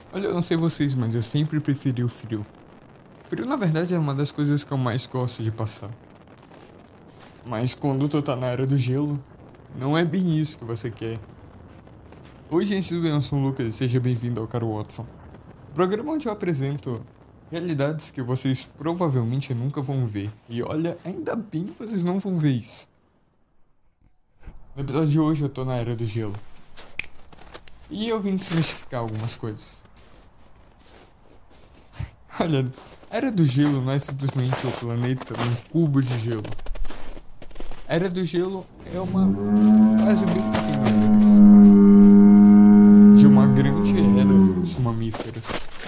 Olha, eu não sei vocês, mas eu sempre preferi o frio. Frio, na verdade, é uma das coisas que eu mais gosto de passar. Mas quando tu tá na era do gelo, não é bem isso que você quer. Oi, gente, tudo bem? Eu sou o Lucas, seja bem-vindo ao Caro Watson. Programa onde eu apresento realidades que vocês provavelmente nunca vão ver. E olha, ainda bem que vocês não vão ver isso. No episódio de hoje eu tô na era do gelo. E eu vim desmistificar algumas coisas. Olha, a era do gelo não é simplesmente o planeta num cubo de gelo. A era do gelo é uma fase bem pequena de uma grande era dos mamíferos.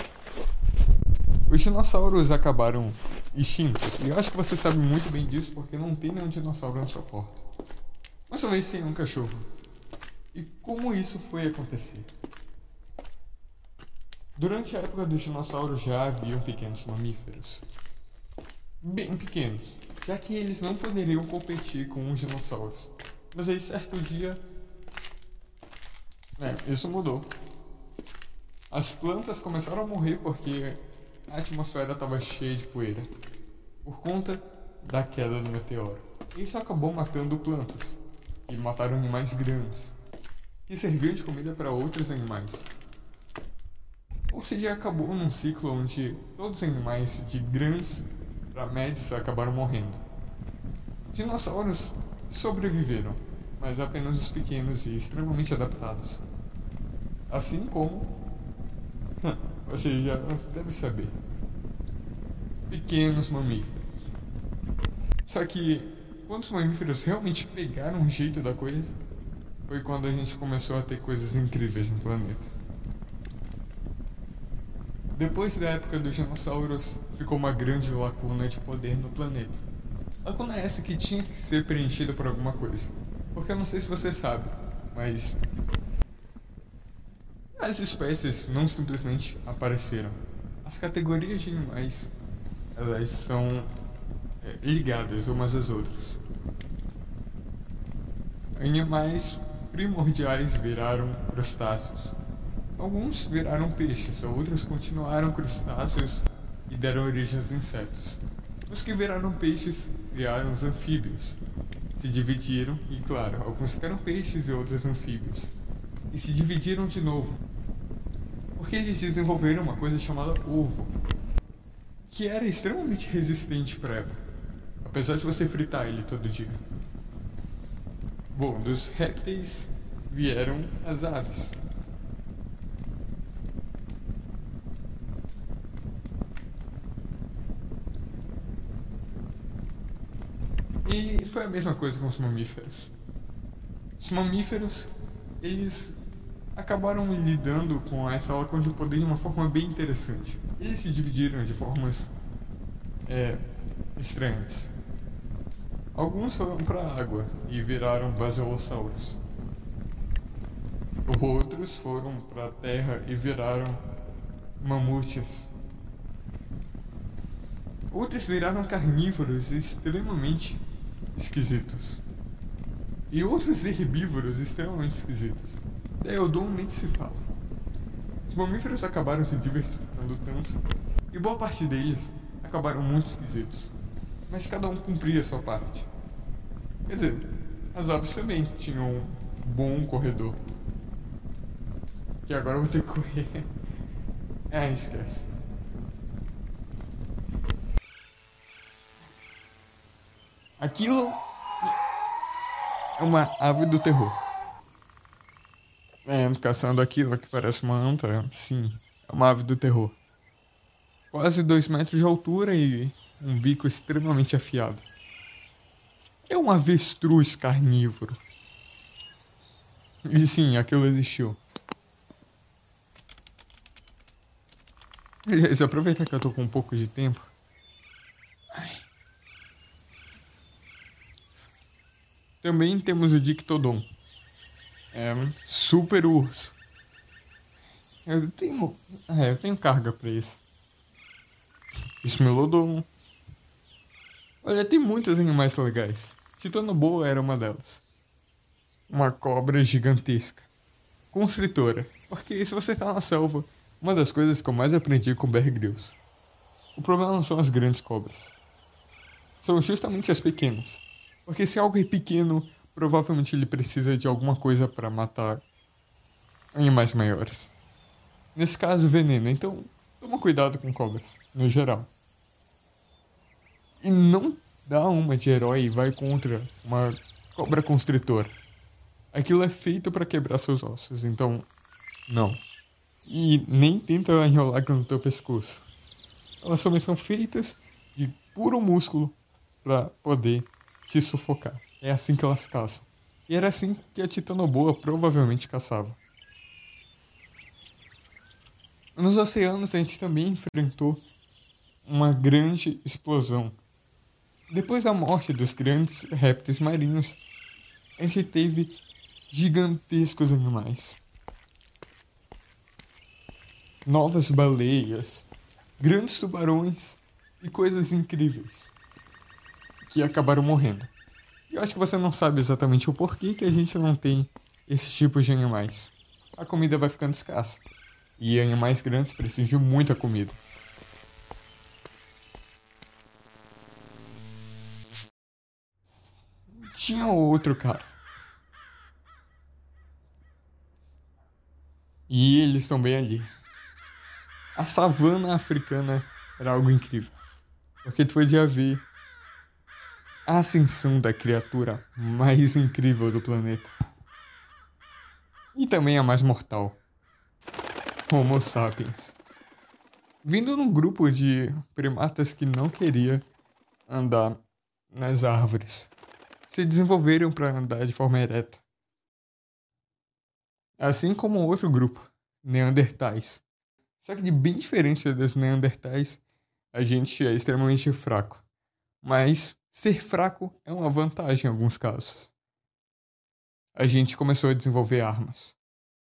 Os dinossauros acabaram extintos, e eu acho que você sabe muito bem disso porque não tem nenhum dinossauro na sua porta. Mas talvez tenha um cachorro. E como isso foi acontecer? Durante a época dos dinossauros já haviam pequenos mamíferos. Bem pequenos, já que eles não poderiam competir com os dinossauros. Mas aí certo dia, isso mudou. As plantas começaram a morrer porque a atmosfera estava cheia de poeira, por conta da queda do meteoro. Isso acabou matando plantas, e mataram animais grandes, que serviam de comida para outros animais. Ou seja, acabou num ciclo onde todos os animais de grandes para médios acabaram morrendo. Dinossauros sobreviveram, mas apenas os pequenos e extremamente adaptados. Assim como você já deve saber, pequenos mamíferos. Só que quando os mamíferos realmente pegaram o jeito da coisa, foi quando a gente começou a ter coisas incríveis no planeta. Depois da época dos dinossauros, ficou uma grande lacuna de poder no planeta. Lacuna essa que tinha que ser preenchida por alguma coisa. Porque eu não sei se você sabe, mas as espécies não simplesmente apareceram. As categorias de animais, elas são ligadas umas às outras. Animais primordiais viraram crustáceos. Alguns viraram peixes, outros continuaram crustáceos e deram origem aos insetos. Os que viraram peixes criaram os anfíbios. Se dividiram e, claro, alguns ficaram peixes e outros anfíbios. E se dividiram de novo. Porque eles desenvolveram uma coisa chamada ovo, que era extremamente resistente para a época, apesar de você fritar ele todo dia. Bom, dos répteis vieram as aves. E foi a mesma coisa com os mamíferos. Os mamíferos, eles acabaram lidando com essa lacuna de poder de uma forma bem interessante. Eles se dividiram de formas estranhas. Alguns foram para a água e viraram baselossauros. Outros foram para a terra e viraram mamutes. Outros viraram carnívoros extremamente esquisitos. E outros herbívoros extremamente esquisitos. Deodon nem se fala. Os mamíferos acabaram se diversificando tanto, e boa parte deles acabaram muito esquisitos. Mas cada um cumpria a sua parte. Quer dizer, as aves também tinham um bom corredor. Que agora eu vou ter que correr. Esquece. Aquilo é uma ave do terror. Caçando aquilo que parece uma anta, sim, é uma ave do terror. Quase 2 metros de altura e um bico extremamente afiado. É um avestruz carnívoro. E sim, aquilo existiu. Aliás, aproveitar que eu tô com um pouco de tempo. Também temos o Dictodon. É um super urso. Eu tenho carga pra isso. Esmilodon. Olha, tem muitos animais legais. Titanoboa era uma delas. Uma cobra gigantesca. Constritora. Porque se você tá na selva, uma das coisas que eu mais aprendi com Bear Grylls. O problema não são as grandes cobras. São justamente as pequenas. Porque se algo é pequeno, provavelmente ele precisa de alguma coisa para matar animais maiores. Nesse caso, veneno. Então, toma cuidado com cobras, no geral. E não dá uma de herói e vai contra uma cobra constritora. Aquilo é feito para quebrar seus ossos, então, não. E nem tenta enrolar no teu pescoço. Elas também são feitas de puro músculo para poder te sufocar. É assim que elas caçam. E era assim que a Titanoboa provavelmente caçava. Nos oceanos a gente também enfrentou uma grande explosão. Depois da morte dos grandes répteis marinhos, a gente teve gigantescos animais. Novas baleias, grandes tubarões e coisas incríveis que acabaram morrendo. E eu acho que você não sabe exatamente o porquê que a gente não tem esse tipo de animais. A comida vai ficando escassa. E animais grandes precisam de muita comida. Tinha outro cara. E eles estão bem ali. A savana africana era algo incrível. Porque tu podia ver a ascensão da criatura mais incrível do planeta. E também a mais mortal. Homo sapiens. Vindo num grupo de primatas que não queria andar nas árvores. Se desenvolveram para andar de forma ereta. Assim como outro grupo, Neandertais. Só que de bem diferente dos Neandertais, a gente é extremamente fraco. Mas ser fraco é uma vantagem em alguns casos. A gente começou a desenvolver armas.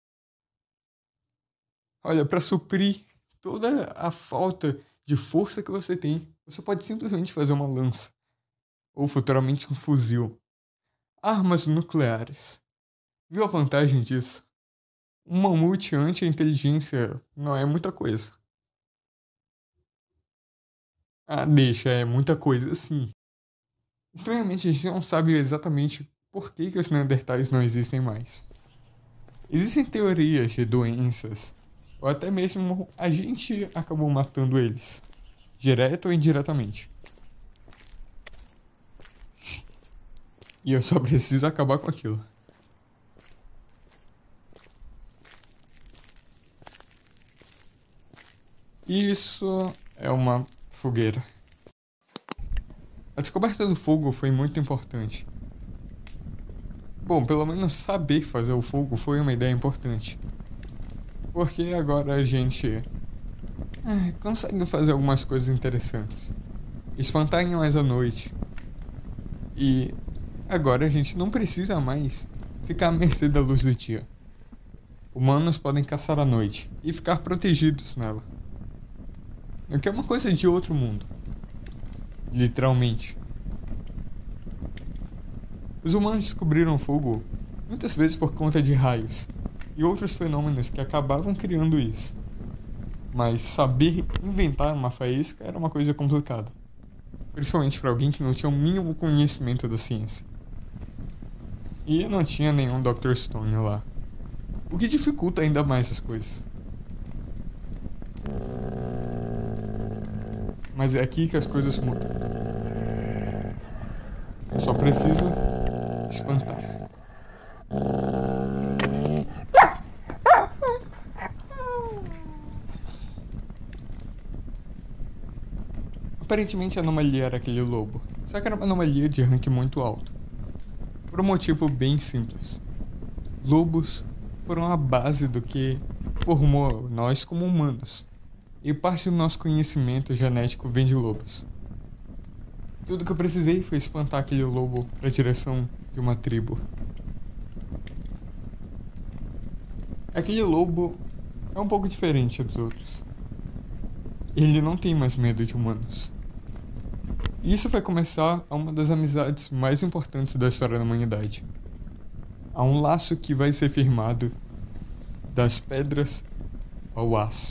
Olha, para suprir toda a falta de força que você tem, você pode simplesmente fazer uma lança. Ou futuramente um fuzil. Armas nucleares. Viu a vantagem disso? Um mamute anti-inteligência não é muita coisa. Ah, deixa, é muita coisa sim. Estranhamente, a gente não sabe exatamente por que os Neandertais não existem mais. Existem teorias de doenças, ou até mesmo a gente acabou matando eles, direto ou indiretamente. E eu só preciso acabar com aquilo. Isso é uma fogueira. A descoberta do fogo foi muito importante. Bom, pelo menos saber fazer o fogo foi uma ideia importante. Porque agora a gente consegue fazer algumas coisas interessantes. Espantar animais à noite. E agora a gente não precisa mais ficar à mercê da luz do dia. Humanos podem caçar à noite e ficar protegidos nela. O que é uma coisa de outro mundo. Literalmente. Os humanos descobriram fogo muitas vezes por conta de raios e outros fenômenos que acabavam criando isso. Mas saber inventar uma faísca era uma coisa complicada. Principalmente para alguém que não tinha o mínimo conhecimento da ciência. E não tinha nenhum Dr. Stone lá. O que dificulta ainda mais as coisas. Mas é aqui que as coisas mudam. Eu só preciso espantar. Aparentemente a anomalia era aquele lobo. Só que era uma anomalia de rank muito alto. Por um motivo bem simples. Lobos foram a base do que formou nós como humanos. E parte do nosso conhecimento genético vem de lobos. Tudo que eu precisei foi espantar aquele lobo para a direção de uma tribo. Aquele lobo é um pouco diferente dos outros. Ele não tem mais medo de humanos. E isso vai começar a uma das amizades mais importantes da história da humanidade. Há um laço que vai ser firmado das pedras ao aço.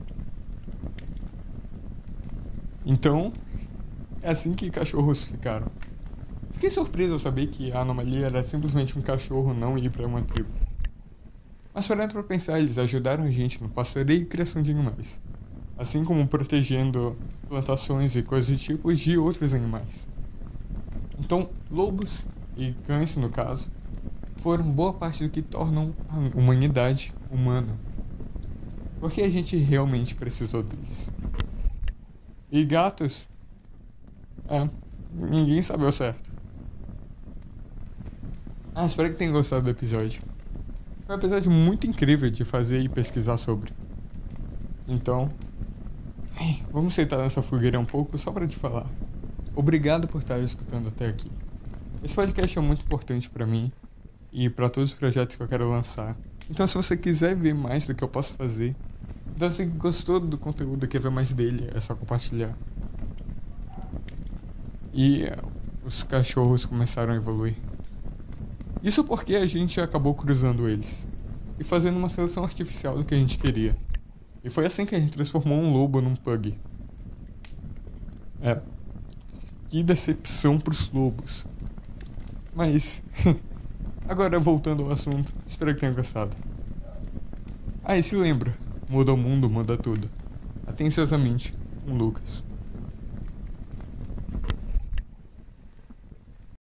Então, é assim que cachorros ficaram. Fiquei surpreso ao saber que a anomalia era simplesmente um cachorro não ir para uma tribo. Mas parando para pensar, eles ajudaram a gente no pastoreio e criação de animais, assim como protegendo plantações e coisas do tipo de outros animais. Então, lobos e cães, no caso, foram boa parte do que tornam a humanidade humana. Porque a gente realmente precisou deles. E gatos? Ninguém sabe ao certo. Espero que tenham gostado do episódio. Foi um episódio muito incrível de fazer e pesquisar sobre. Então, vamos sentar nessa fogueira um pouco só para te falar. Obrigado por estar escutando até aqui. Esse podcast é muito importante para mim e para todos os projetos que eu quero lançar. Então, se você quiser ver mais do que eu posso fazer, então se você gostou do conteúdo e quer ver mais dele, é só compartilhar. E os cachorros começaram a evoluir. Isso porque a gente acabou cruzando eles e fazendo uma seleção artificial do que a gente queria. E foi assim que a gente transformou um lobo num pug. Que decepção pros lobos. Mas, agora voltando ao assunto, espero que tenham gostado. E se lembra, muda o mundo, muda tudo. Atenciosamente, um Lucas.